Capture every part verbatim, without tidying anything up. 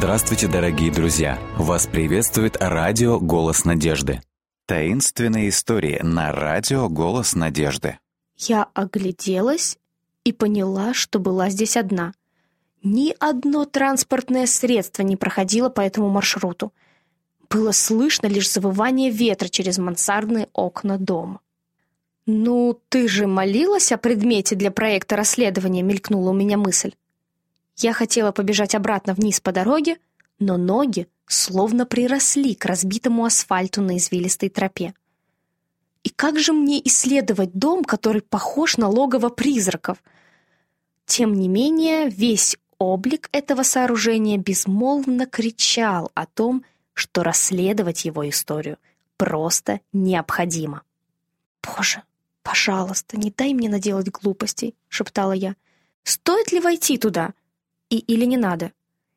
Здравствуйте, дорогие друзья! Вас приветствует радио «Голос надежды». Таинственные истории на радио «Голос надежды». Я огляделась и поняла, что была здесь одна. Ни одно транспортное средство не проходило по этому маршруту. Было слышно лишь завывание ветра через мансардные окна дома. «Ну, ты же молилась о предмете для проекта расследования», — мелькнула у меня мысль. Я хотела побежать обратно вниз по дороге, но ноги словно приросли к разбитому асфальту на извилистой тропе. И как же мне исследовать дом, который похож на логово призраков? Тем не менее, весь облик этого сооружения безмолвно кричал о том, что расследовать его историю просто необходимо. «Боже, пожалуйста, не дай мне наделать глупостей», — шептала я. «Стоит ли войти туда? И или не надо?»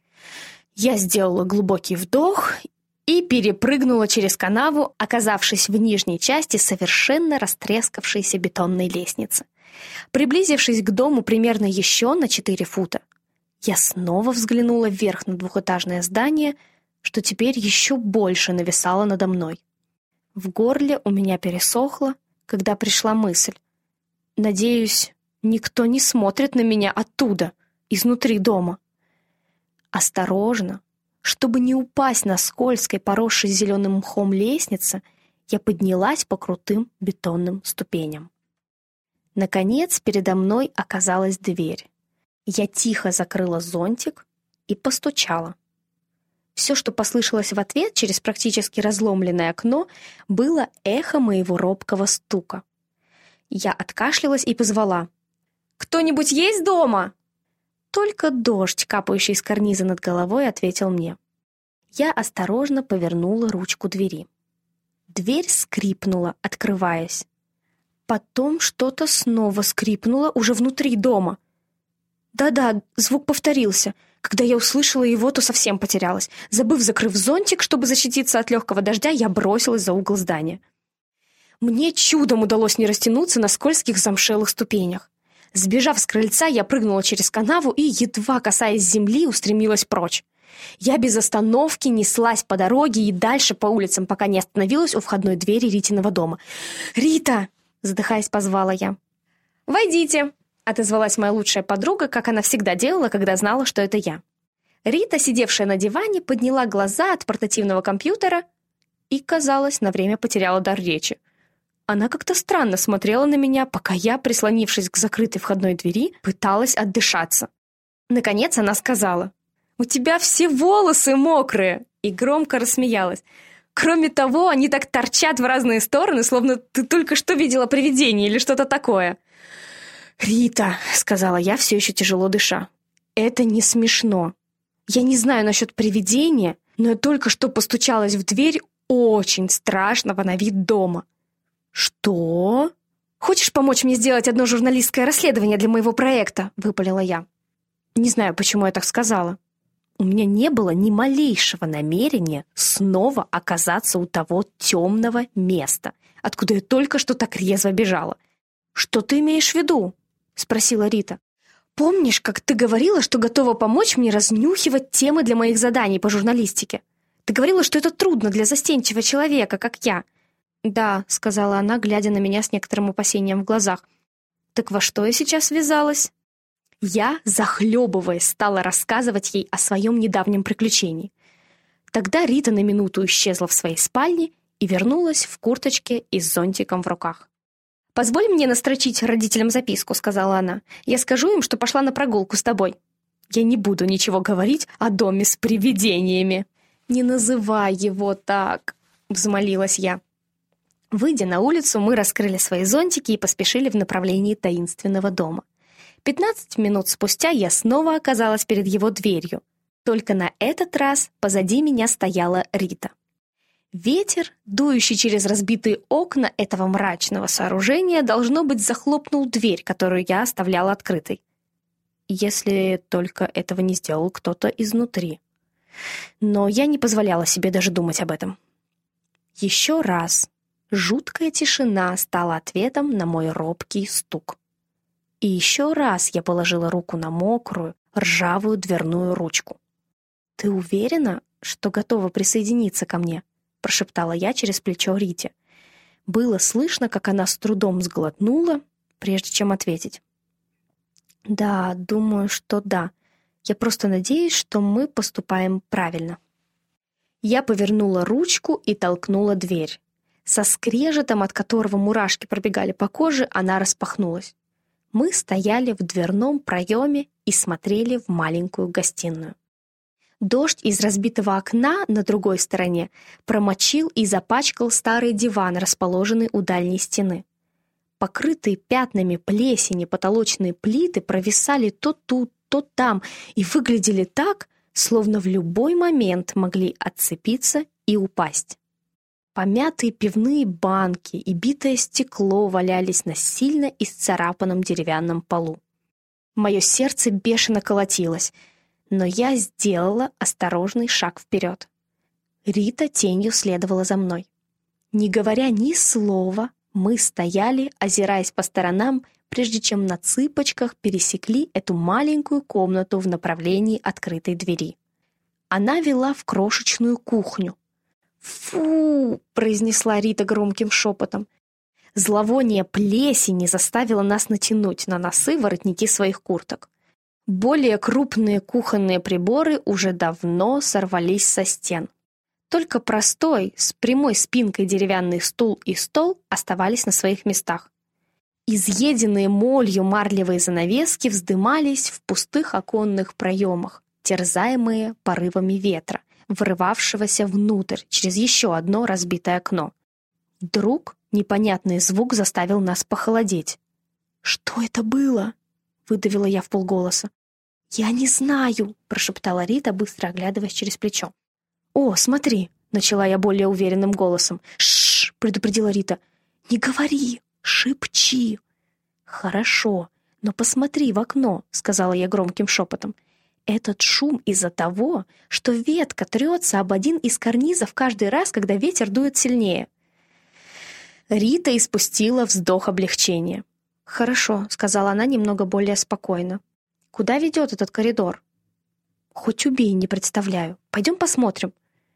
Я сделала глубокий вдох и перепрыгнула через канаву, оказавшись в нижней части совершенно растрескавшейся бетонной лестницы. Приблизившись к дому примерно еще на четыре фута, я снова взглянула вверх на двухэтажное здание, что теперь еще больше нависало надо мной. В горле у меня пересохло, когда пришла мысль. Надеюсь, никто не смотрит на меня оттуда, изнутри дома. Осторожно, чтобы не упасть на скользкой, поросшей зеленым мхом лестнице, я поднялась по крутым бетонным ступеням. Наконец, передо мной оказалась дверь. Я тихо закрыла зонтик и постучала. Все, что послышалось в ответ через практически разломленное окно, было эхо моего робкого стука. Я откашлялась и позвала. «Кто-нибудь есть дома?» Только дождь, капающий с карниза над головой, ответил мне. Я осторожно повернула ручку двери. Дверь скрипнула, открываясь. Потом что-то снова скрипнуло уже внутри дома. Да-да, звук повторился. Когда я услышала его, то совсем потерялась. Забыв, закрыв зонтик, чтобы защититься от легкого дождя, я бросилась за угол здания. Мне чудом удалось не растянуться на скользких замшелых ступенях. Сбежав с крыльца, я прыгнула через канаву и, едва касаясь земли, устремилась прочь. Я без остановки неслась по дороге и дальше по улицам, пока не остановилась у входной двери Ритиного дома. «Рита!» — задыхаясь, позвала я. «Войдите!» — отозвалась моя лучшая подруга, как она всегда делала, когда знала, что это я. Рита, сидевшая на диване, подняла глаза от портативного компьютера и, казалось, на время потеряла дар речи. Она как-то странно смотрела на меня, пока я, прислонившись к закрытой входной двери, пыталась отдышаться. Наконец она сказала: «У тебя все волосы мокрые!» и громко рассмеялась. «Кроме того, они так торчат в разные стороны, словно ты только что видела привидение или что-то такое». «Рита», — сказала я, все еще тяжело дыша, — «это не смешно. Я не знаю насчет привидения, но я только что постучалась в дверь очень страшного на вид дома». «Что? Хочешь помочь мне сделать одно журналистское расследование для моего проекта?» — выпалила я. Не знаю, почему я так сказала. У меня не было ни малейшего намерения снова оказаться у того темного места, откуда я только что так резво бежала. «Что ты имеешь в виду?» — спросила Рита. «Помнишь, как ты говорила, что готова помочь мне разнюхивать темы для моих заданий по журналистике? Ты говорила, что это трудно для застенчивого человека, как я». «Да», — сказала она, глядя на меня с некоторым опасением в глазах. «Так во что я сейчас ввязалась?» Я, захлебываясь, стала рассказывать ей о своем недавнем приключении. Тогда Рита на минуту исчезла в своей спальне и вернулась в курточке и с зонтиком в руках. «Позволь мне настрочить родителям записку», — сказала она. «Я скажу им, что пошла на прогулку с тобой. Я не буду ничего говорить о доме с привидениями». «Не называй его так», — взмолилась я. Выйдя на улицу, мы раскрыли свои зонтики и поспешили в направлении таинственного дома. Пятнадцать минут спустя я снова оказалась перед его дверью. Только на этот раз позади меня стояла Рита. Ветер, дующий через разбитые окна этого мрачного сооружения, должно быть, захлопнул дверь, которую я оставляла открытой. Если только этого не сделал кто-то изнутри. Но я не позволяла себе даже думать об этом. Еще раз жуткая тишина стала ответом на мой робкий стук. И еще раз я положила руку на мокрую, ржавую дверную ручку. «Ты уверена, что готова присоединиться ко мне?» — прошептала я через плечо Рите. Было слышно, как она с трудом сглотнула, прежде чем ответить. «Да, думаю, что да. Я просто надеюсь, что мы поступаем правильно». Я повернула ручку и толкнула дверь. Со скрежетом, от которого мурашки пробегали по коже, она распахнулась. Мы стояли в дверном проеме и смотрели в маленькую гостиную. Дождь из разбитого окна на другой стороне промочил и запачкал старый диван, расположенный у дальней стены. Покрытые пятнами плесени потолочные плиты провисали то тут, то там и выглядели так, словно в любой момент могли отцепиться и упасть. Помятые пивные банки и битое стекло валялись на сильно исцарапанном деревянном полу. Мое сердце бешено колотилось, но я сделала осторожный шаг вперед. Рита тенью следовала за мной. Не говоря ни слова, мы стояли, озираясь по сторонам, прежде чем на цыпочках пересекли эту маленькую комнату в направлении открытой двери. Она вела в крошечную кухню. «Фу!» — произнесла Рита громким шепотом. Зловоние плесени заставило нас натянуть на носы воротники своих курток. Более крупные кухонные приборы уже давно сорвались со стен. Только простой, с прямой спинкой деревянный стул и стол оставались на своих местах. Изъеденные молью марлевые занавески вздымались в пустых оконных проемах, терзаемые порывами ветра, врывавшегося внутрь через еще одно разбитое окно. Вдруг непонятный звук заставил нас похолодеть. «Что это было?» — выдавила я вполголоса. «Я не знаю», — прошептала Рита, быстро оглядываясь через плечо. «О, смотри!» — начала я более уверенным голосом. «Ш-ш-ш!» — предупредила Рита. «Не говори, шепчи». «Хорошо, но посмотри в окно», — сказала я громким шепотом. «Этот шум из-за того, что ветка трется об один из карнизов каждый раз, когда ветер дует сильнее». Рита испустила вздох облегчения. «Хорошо», — сказала она немного более спокойно. «Куда ведет этот коридор?» «Хоть убей, не представляю. Пойдем посмотрим».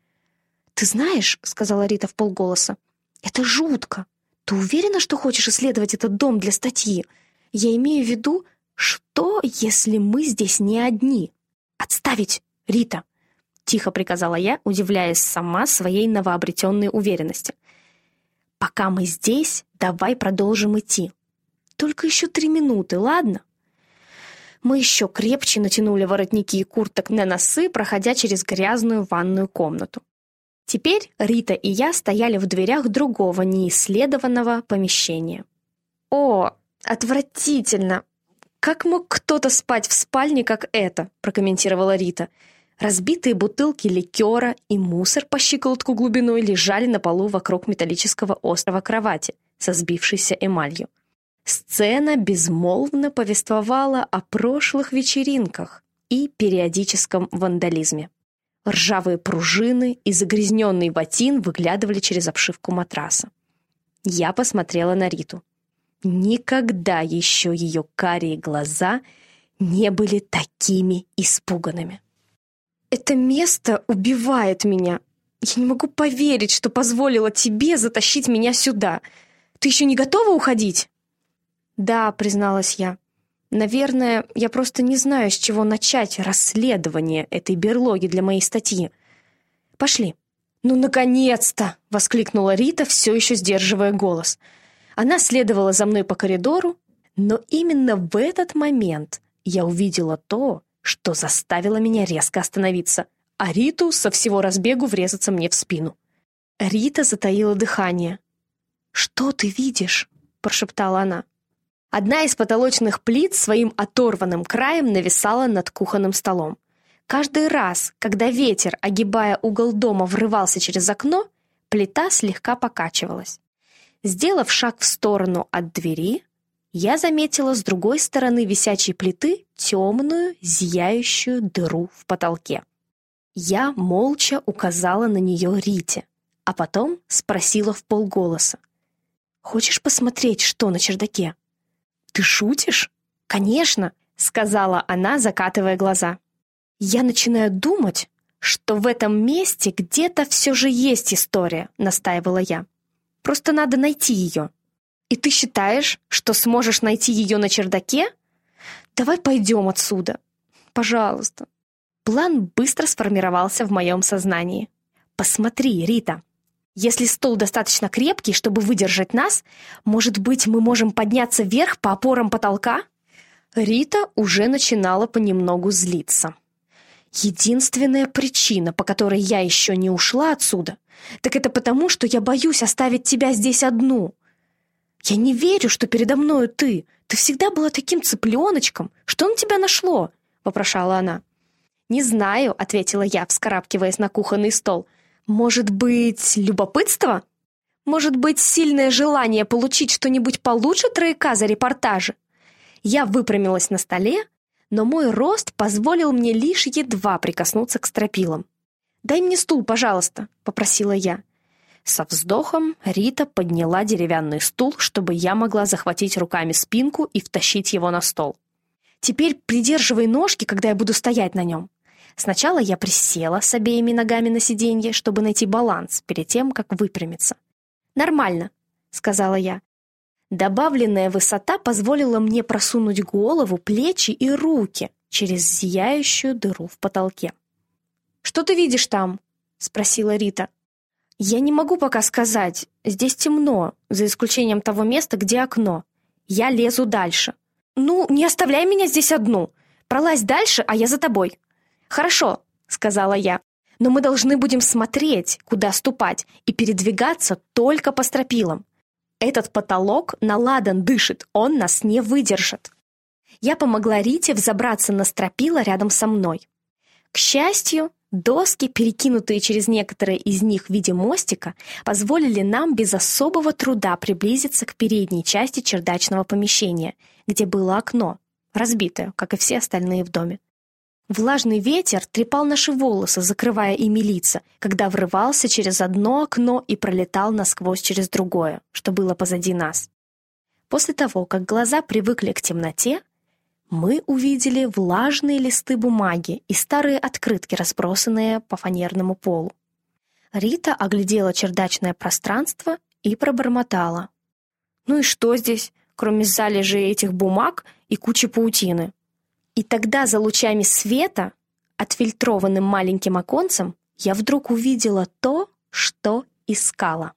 «Ты знаешь», — сказала Рита вполголоса, — «это жутко. Ты уверена, что хочешь исследовать этот дом для статьи? Я имею в виду, что, если мы здесь не одни?» «Отставить, Рита!» — тихо приказала я, удивляясь сама своей новообретенной уверенности. «Пока мы здесь, давай продолжим идти. Только еще три минуты, ладно?» Мы еще крепче натянули воротники и курток на носы, проходя через грязную ванную комнату. Теперь Рита и я стояли в дверях другого неисследованного помещения. «О, отвратительно! Как мог кто-то спать в спальне, как это?» — прокомментировала Рита. Разбитые бутылки ликера и мусор по щиколотку глубиной лежали на полу вокруг металлического острова кровати со сбившейся эмалью. Сцена безмолвно повествовала о прошлых вечеринках и периодическом вандализме. Ржавые пружины и загрязненный ботин выглядывали через обшивку матраса. Я посмотрела на Риту. Никогда еще ее карие глаза не были такими испуганными. «Это место убивает меня. Я не могу поверить, что позволила тебе затащить меня сюда. Ты еще не готова уходить?» «Да», — призналась я. «Наверное, я просто не знаю, с чего начать расследование этой берлоги для моей статьи. Пошли». «Ну, наконец-то!» — воскликнула Рита, все еще сдерживая голос. Она следовала за мной по коридору, но именно в этот момент я увидела то, что заставило меня резко остановиться, а Риту со всего разбегу врезаться мне в спину. Рита затаила дыхание. «Что ты видишь?» — прошептала она. Одна из потолочных плит своим оторванным краем нависала над кухонным столом. Каждый раз, когда ветер, огибая угол дома, врывался через окно, плита слегка покачивалась. Сделав шаг в сторону от двери, я заметила с другой стороны висячей плиты темную, зияющую дыру в потолке. Я молча указала на нее Рите, а потом спросила вполголоса. «Хочешь посмотреть, что на чердаке?» «Ты шутишь?» «Конечно», — сказала она, закатывая глаза. «Я начинаю думать, что в этом месте где-то все же есть история», — настаивала я. «Просто надо найти ее». «И ты считаешь, что сможешь найти ее на чердаке? Давай пойдем отсюда. Пожалуйста». План быстро сформировался в моем сознании. «Посмотри, Рита, если стол достаточно крепкий, чтобы выдержать нас, может быть, мы можем подняться вверх по опорам потолка?» Рита уже начинала понемногу злиться. «Единственная причина, по которой я еще не ушла отсюда, так это потому, что я боюсь оставить тебя здесь одну. Я не верю, что передо мною ты. Ты всегда была таким цыпленочком. Что на тебя нашло?» — вопрошала она. «Не знаю», — ответила я, вскарабкиваясь на кухонный стол. «Может быть, любопытство? Может быть, сильное желание получить что-нибудь получше трояка за репортажи?» Я выпрямилась на столе, но мой рост позволил мне лишь едва прикоснуться к стропилам. «Дай мне стул, пожалуйста», — попросила я. Со вздохом Рита подняла деревянный стул, чтобы я могла захватить руками спинку и втащить его на стол. «Теперь придерживай ножки, когда я буду стоять на нем». Сначала я присела с обеими ногами на сиденье, чтобы найти баланс перед тем, как выпрямиться. «Нормально», — сказала я. Добавленная высота позволила мне просунуть голову, плечи и руки через зияющую дыру в потолке. «Что ты видишь там?» — спросила Рита. «Я не могу пока сказать. Здесь темно, за исключением того места, где окно. Я лезу дальше». «Ну, не оставляй меня здесь одну. Пролазь дальше, а я за тобой». «Хорошо», — сказала я, «но мы должны будем смотреть, куда ступать, и передвигаться только по стропилам. Этот потолок наладан дышит, он нас не выдержит». Я помогла Рите взобраться на стропила рядом со мной. К счастью, доски, перекинутые через некоторые из них в виде мостика, позволили нам без особого труда приблизиться к передней части чердачного помещения, где было окно, разбитое, как и все остальные в доме. Влажный ветер трепал наши волосы, закрывая ими лица, когда врывался через одно окно и пролетал насквозь через другое, что было позади нас. После того, как глаза привыкли к темноте, мы увидели влажные листы бумаги и старые открытки, разбросанные по фанерному полу. Рита оглядела чердачное пространство и пробормотала. «Ну и что здесь, кроме залежей этих бумаг и кучи паутины?» И тогда за лучами света, отфильтрованным маленьким оконцем, я вдруг увидела то, что искала.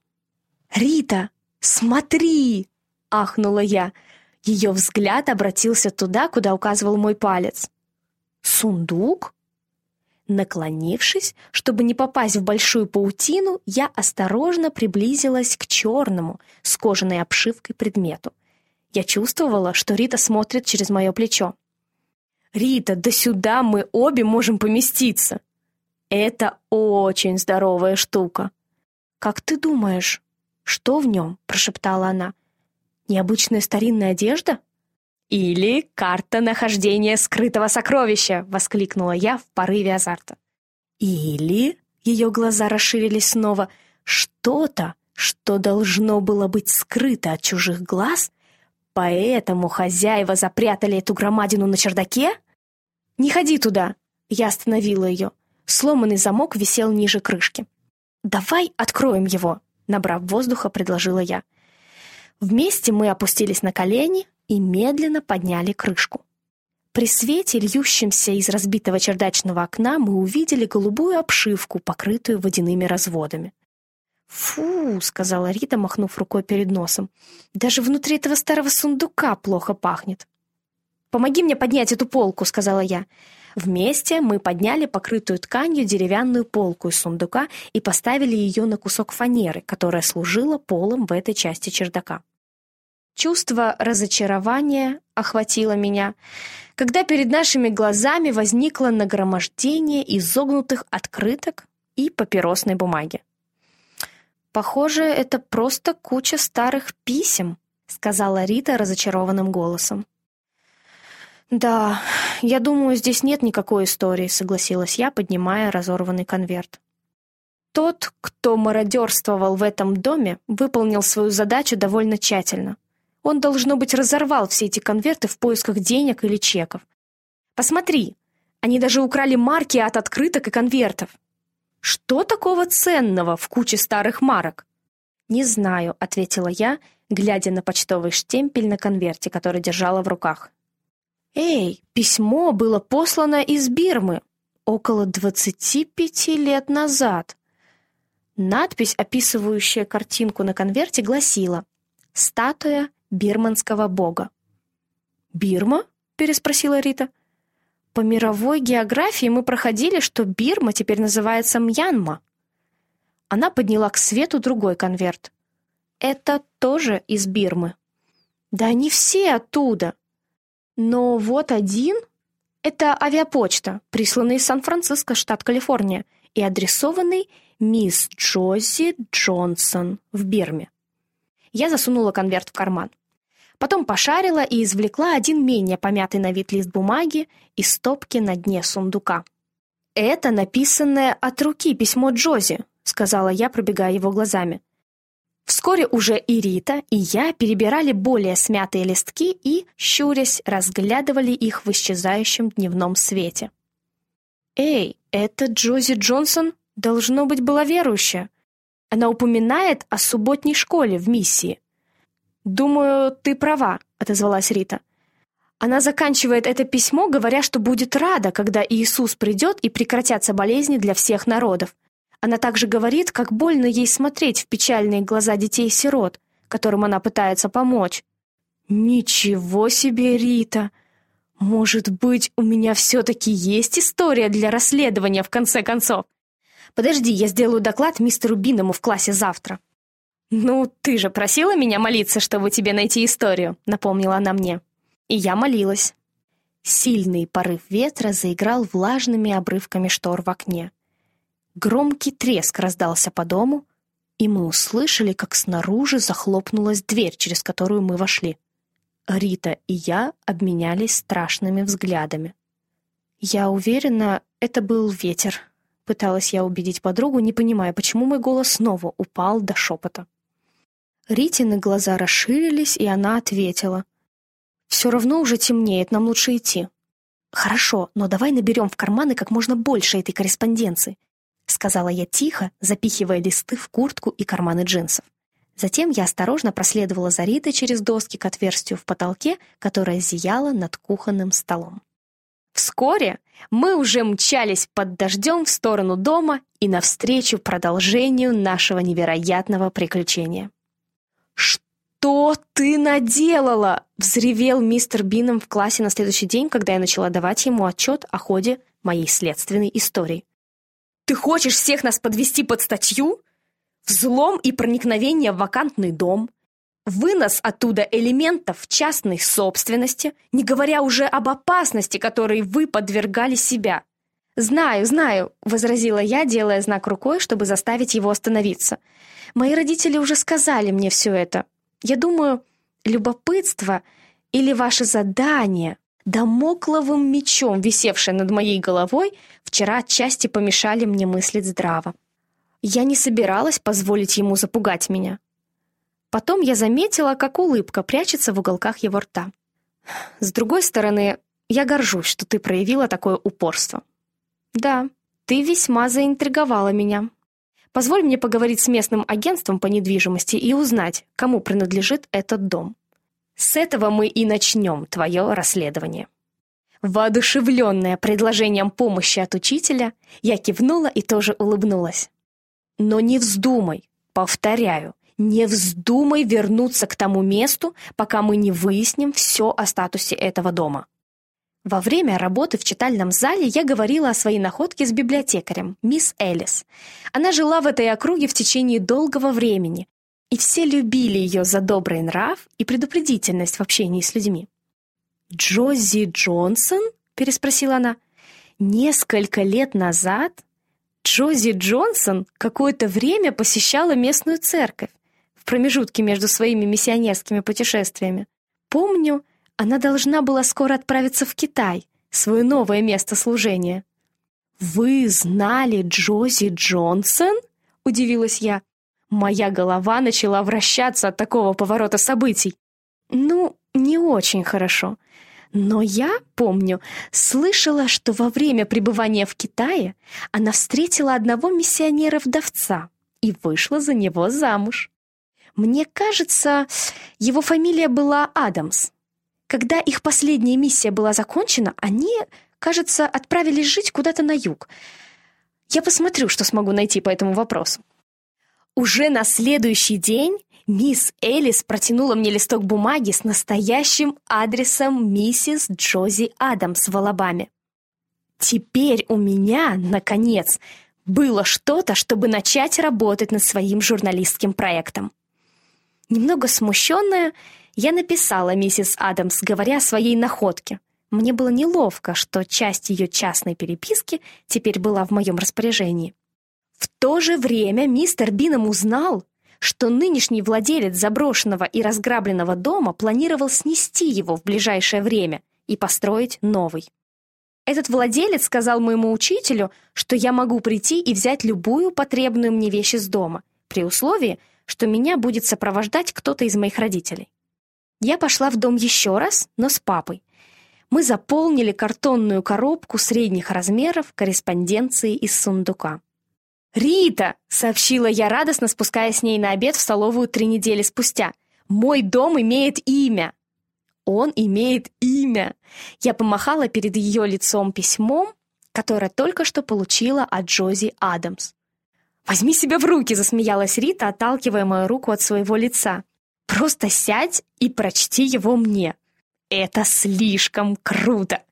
«Рита, смотри!» — ахнула я. Ее взгляд обратился туда, куда указывал мой палец. «Сундук?» Наклонившись, чтобы не попасть в большую паутину, я осторожно приблизилась к черному, с кожаной обшивкой предмету. Я чувствовала, что Рита смотрит через мое плечо. «Рита, да сюда мы обе можем поместиться. Это очень здоровая штука». «Как ты думаешь, что в нем?» — прошептала она. «Необычная старинная одежда?» «Или карта нахождения скрытого сокровища!» — воскликнула я в порыве азарта. «Или...» — ее глаза расширились снова. «Что-то, что должно было быть скрыто от чужих глаз, поэтому хозяева запрятали эту громадину на чердаке?» «Не ходи туда!» — я остановила ее. Сломанный замок висел ниже крышки. «Давай откроем его!» — набрав воздуха, предложила я. Вместе мы опустились на колени и медленно подняли крышку. При свете, льющемся из разбитого чердачного окна, мы увидели голубую обшивку, покрытую водяными разводами. «Фу!» — сказала Рита, махнув рукой перед носом. «Даже внутри этого старого сундука плохо пахнет». «Помоги мне поднять эту полку», — сказала я. Вместе мы подняли покрытую тканью деревянную полку из сундука и поставили ее на кусок фанеры, которая служила полом в этой части чердака. Чувство разочарования охватило меня, когда перед нашими глазами возникло нагромождение изогнутых открыток и папиросной бумаги. «Похоже, это просто куча старых писем», — сказала Рита разочарованным голосом. «Да, я думаю, здесь нет никакой истории», — согласилась я, поднимая разорванный конверт. Тот, кто мародерствовал в этом доме, выполнил свою задачу довольно тщательно. Он, должно быть, разорвал все эти конверты в поисках денег или чеков. «Посмотри!» Они даже украли марки от открыток и конвертов. Что такого ценного в куче старых марок? «Не знаю», — ответила я, глядя на почтовый штемпель на конверте, который держала в руках. «Эй, письмо было послано из Бирмы около двадцати пяти лет назад». Надпись, описывающая картинку на конверте, гласила «Статуя бирманского бога». «Бирма?» — переспросила Рита. «По мировой географии мы проходили, что Бирма теперь называется Мьянма». Она подняла к свету другой конверт. «Это тоже из Бирмы». «Да они все оттуда». «Но вот один — это авиапочта, присланный из Сан-Франциско, штат Калифорния, и адресованный мисс Джози Джонсон в Бирме». Я засунула конверт в карман. Потом пошарила и извлекла один менее помятый на вид лист бумаги из стопки на дне сундука. «Это написанное от руки письмо Джози», — сказала я, пробегая его глазами. Вскоре уже и Рита, и я перебирали более смятые листки и, щурясь, разглядывали их в исчезающем дневном свете. «Эй, это Джози Джонсон, должно быть, была верующая. Она упоминает о субботней школе в миссии». «Думаю, ты права», — отозвалась Рита. «Она заканчивает это письмо, говоря, что будет рада, когда Иисус придет и прекратятся болезни для всех народов. Она также говорит, как больно ей смотреть в печальные глаза детей-сирот, которым она пытается помочь». «Ничего себе, Рита! Может быть, у меня все-таки есть история для расследования в конце концов? Подожди, я сделаю доклад мистеру Бинному в классе завтра». «Ну, ты же просила меня молиться, чтобы тебе найти историю», — напомнила она мне. И я молилась. Сильный порыв ветра заиграл влажными обрывками штор в окне. Громкий треск раздался по дому, и мы услышали, как снаружи захлопнулась дверь, через которую мы вошли. Рита и я обменялись страшными взглядами. «Я уверена, это был ветер», — пыталась я убедить подругу, не понимая, почему мой голос снова упал до шепота. Ритины глаза расширились, и она ответила: «Все равно уже темнеет, нам лучше идти». «Хорошо, но давай наберем в карманы как можно больше этой корреспонденции», — сказала я тихо, запихивая листы в куртку и карманы джинсов. Затем я осторожно проследовала за Ритой через доски к отверстию в потолке, которое зияло над кухонным столом. Вскоре мы уже мчались под дождем в сторону дома и навстречу продолжению нашего невероятного приключения. «Что ты наделала?» — взревел мистер Бинном в классе на следующий день, когда я начала давать ему отчет о ходе моей следственной истории. «Ты хочешь всех нас подвести под статью? Взлом и проникновение в вакантный дом, вынос оттуда элементов частной собственности, не говоря уже об опасности, которой вы подвергали себя». «Знаю, знаю», — возразила я, делая знак рукой, чтобы заставить его остановиться. «Мои родители уже сказали мне все это. Я думаю, любопытство или ваше задание, дамокловым мечом, висевшее над моей головой, вчера отчасти помешали мне мыслить здраво. Я не собиралась позволить ему запугать меня». Потом я заметила, как улыбка прячется в уголках его рта. «С другой стороны, я горжусь, что ты проявила такое упорство. Да, ты весьма заинтриговала меня. Позволь мне поговорить с местным агентством по недвижимости и узнать, кому принадлежит этот дом. С этого мы и начнем твое расследование». Воодушевленная предложением помощи от учителя, я кивнула и тоже улыбнулась. «Но не вздумай, повторяю, не вздумай вернуться к тому месту, пока мы не выясним все о статусе этого дома». Во время работы в читальном зале я говорила о своей находке с библиотекарем, мисс Элис. Она жила в этой округе в течение долгого времени, и все любили ее за добрый нрав и предупредительность в общении с людьми. «Джози Джонсон?» — переспросила она. «Несколько лет назад Джози Джонсон какое-то время посещала местную церковь в промежутке между своими миссионерскими путешествиями. Помню, она должна была скоро отправиться в Китай, свое новое место служения». «Вы знали Джози Джонсон?» — удивилась я. Моя голова начала вращаться от такого поворота событий. «Ну, не очень хорошо. Но я, помню, слышала, что во время пребывания в Китае она встретила одного миссионера-вдовца и вышла за него замуж. Мне кажется, его фамилия была Адамс. Когда их последняя миссия была закончена, они, кажется, отправились жить куда-то на юг. Я посмотрю, что смогу найти по этому вопросу. Уже на следующий день мисс Элис протянула мне листок бумаги с настоящим адресом миссис Джози Адамс в Алабаме. Теперь у меня, наконец, было что-то, чтобы начать работать над своим журналистским проектом. Немного смущенная, я написала миссис Адамс, говоря о своей находке. Мне было неловко, что часть ее частной переписки теперь была в моем распоряжении. В то же время мистер Бинам узнал, что нынешний владелец заброшенного и разграбленного дома планировал снести его в ближайшее время и построить новый. Этот владелец сказал моему учителю, что я могу прийти и взять любую потребную мне вещь из дома, при условии, что меня будет сопровождать кто-то из моих родителей. Я пошла в дом еще раз, но с папой. Мы заполнили картонную коробку средних размеров корреспонденцией из сундука. «Рита!» — сообщила я, радостно спускаясь с ней на обед в столовую три недели спустя. «Мой дом имеет имя!» «Он имеет имя!» Я помахала перед ее лицом письмом, которое только что получила от Джози Адамс. «Возьми себя в руки!» — засмеялась Рита, отталкивая мою руку от своего лица. «Просто сядь и прочти его мне. Это слишком круто!»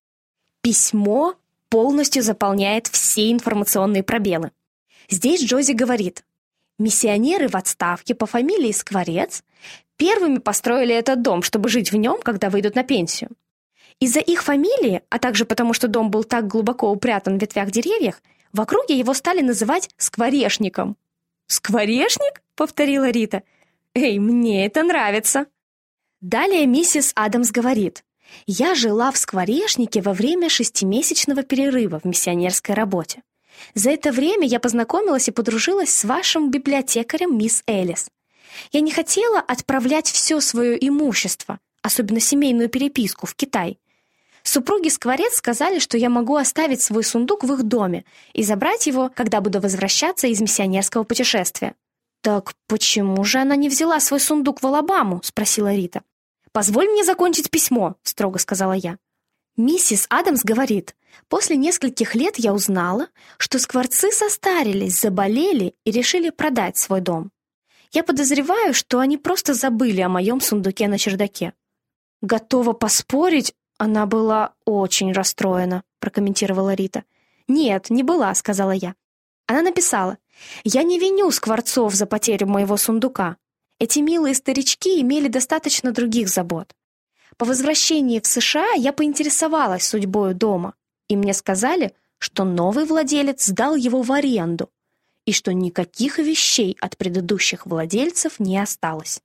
Письмо полностью заполняет все информационные пробелы. Здесь Джози говорит: миссионеры в отставке по фамилии Скворец первыми построили этот дом, чтобы жить в нем, когда выйдут на пенсию. Из-за их фамилии, а также потому, что дом был так глубоко упрятан в ветвях деревьев, в округе его стали называть Скворечником. «Скворечник?» — повторила Рита. «Эй, мне это нравится!» Далее миссис Адамс говорит: «Я жила в Скворечнике во время шестимесячного перерыва в миссионерской работе. За это время я познакомилась и подружилась с вашим библиотекарем, мисс Элис. Я не хотела отправлять все свое имущество, особенно семейную переписку, в Китай. Супруги Скворец сказали, что я могу оставить свой сундук в их доме и забрать его, когда буду возвращаться из миссионерского путешествия». «Так почему же она не взяла свой сундук в Алабаму?» — спросила Рита. «Позволь мне закончить письмо», — строго сказала я. Миссис Адамс говорит: «После нескольких лет я узнала, что Скворцы состарились, заболели и решили продать свой дом. Я подозреваю, что они просто забыли о моем сундуке на чердаке». «Готова поспорить, она была очень расстроена», — прокомментировала Рита. «Нет, не была», — сказала я. Она написала: «Я не виню Скворцов за потерю моего сундука. Эти милые старички имели достаточно других забот. По возвращении в США я поинтересовалась судьбой дома, и мне сказали, что новый владелец сдал его в аренду, и что никаких вещей от предыдущих владельцев не осталось».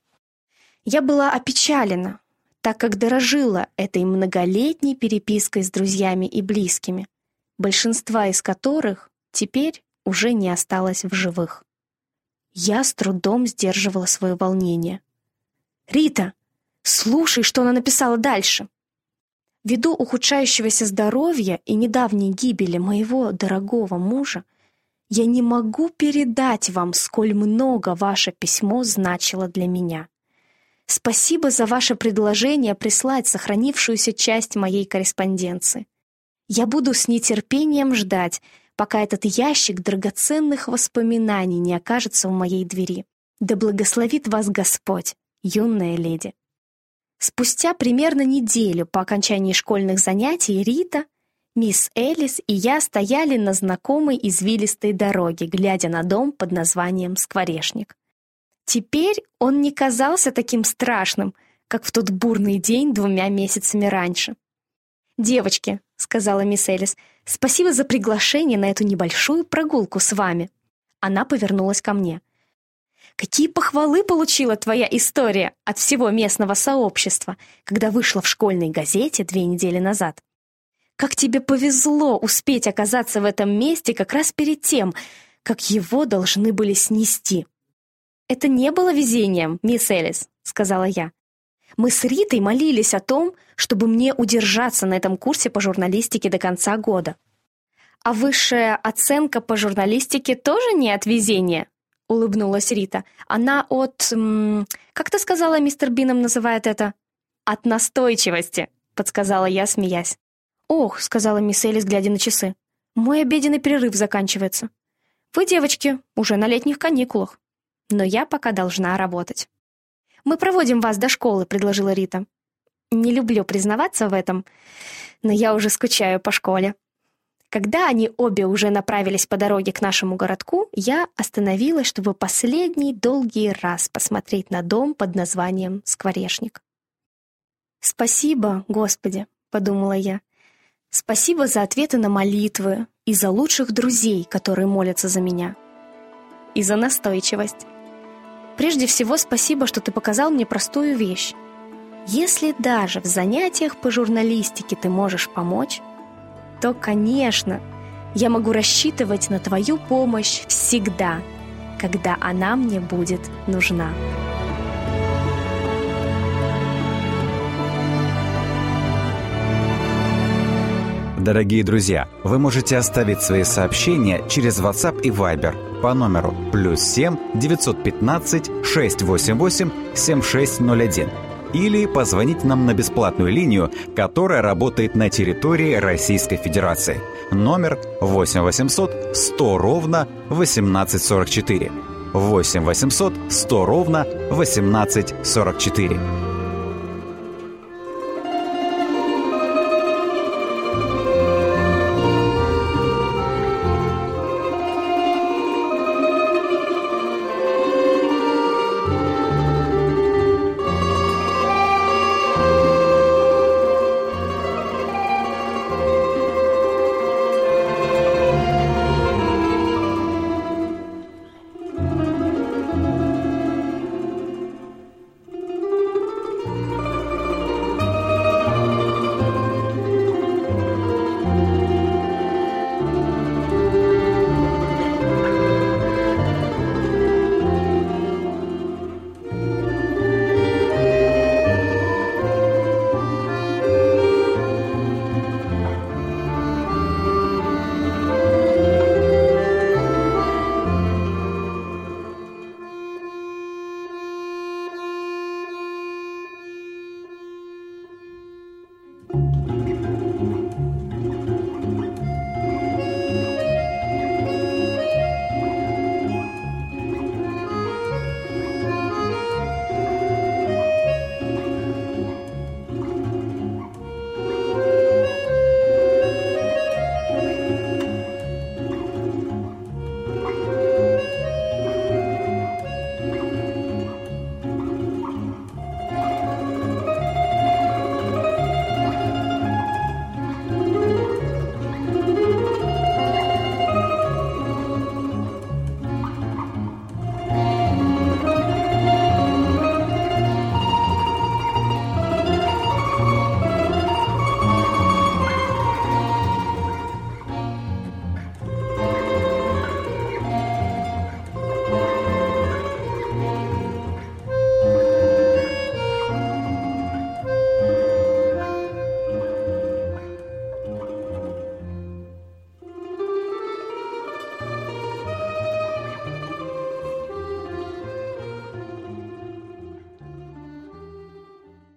Я была опечалена, так как дорожила этой многолетней перепиской с друзьями и близкими, большинства из которых теперь уже не осталось в живых. Я с трудом сдерживала свое волнение. «Рита, слушай, что она написала дальше. Ввиду ухудшающегося здоровья и недавней гибели моего дорогого мужа, я не могу передать вам, сколь много ваше письмо значило для меня. Спасибо за ваше предложение прислать сохранившуюся часть моей корреспонденции. Я буду с нетерпением ждать, пока этот ящик драгоценных воспоминаний не окажется у моей двери. Да благословит вас Господь, юная леди». Спустя примерно неделю по окончании школьных занятий Рита, мисс Элис и я стояли на знакомой извилистой дороге, глядя на дом под названием Скворечник. Теперь он не казался таким страшным, как в тот бурный день двумя месяцами раньше. «Девочки», — сказала мисс Элис, — «спасибо за приглашение на эту небольшую прогулку с вами». Она повернулась ко мне. «Какие похвалы получила твоя история от всего местного сообщества, когда вышла в школьной газете две недели назад. Как тебе повезло успеть оказаться в этом месте как раз перед тем, как его должны были снести». «Это не было везением, мисс Элис», — сказала я. Мы с Ритой молились о том, чтобы мне удержаться на этом курсе по журналистике до конца года. «А высшая оценка по журналистике тоже не от везения?» — улыбнулась Рита. «Она от... М- как ты сказала, мистер Бином называет это?» «От настойчивости», — подсказала я, смеясь. «Ох», — сказала мисс Элис, глядя на часы, — «мой обеденный перерыв заканчивается. Вы, девочки, уже на летних каникулах. Но я пока должна работать». «Мы проводим вас до школы», — предложила Рита. «Не люблю признаваться в этом, но я уже скучаю по школе». Когда они обе уже направились по дороге к нашему городку, я остановилась, чтобы последний долгий раз посмотреть на дом под названием Скворечник. «Спасибо, Господи», — подумала я. «Спасибо за ответы на молитвы и за лучших друзей, которые молятся за меня. И за настойчивость. Прежде всего, спасибо, что ты показал мне простую вещь. Если даже в занятиях по журналистике ты можешь помочь, то, конечно, я могу рассчитывать на твою помощь всегда, когда она мне будет нужна». Дорогие друзья, вы можете оставить свои сообщения через WhatsApp и Viber по номеру плюс семь девятьсот пятнадцать шестьсот восемьдесят восемь семьдесят шесть ноль один или позвонить нам на бесплатную линию, которая работает на территории Российской Федерации. Номер восемь восемьсот сто ровно восемнадцать сорок четыре. восемь восемьсот сто ровно восемнадцать сорок четыре.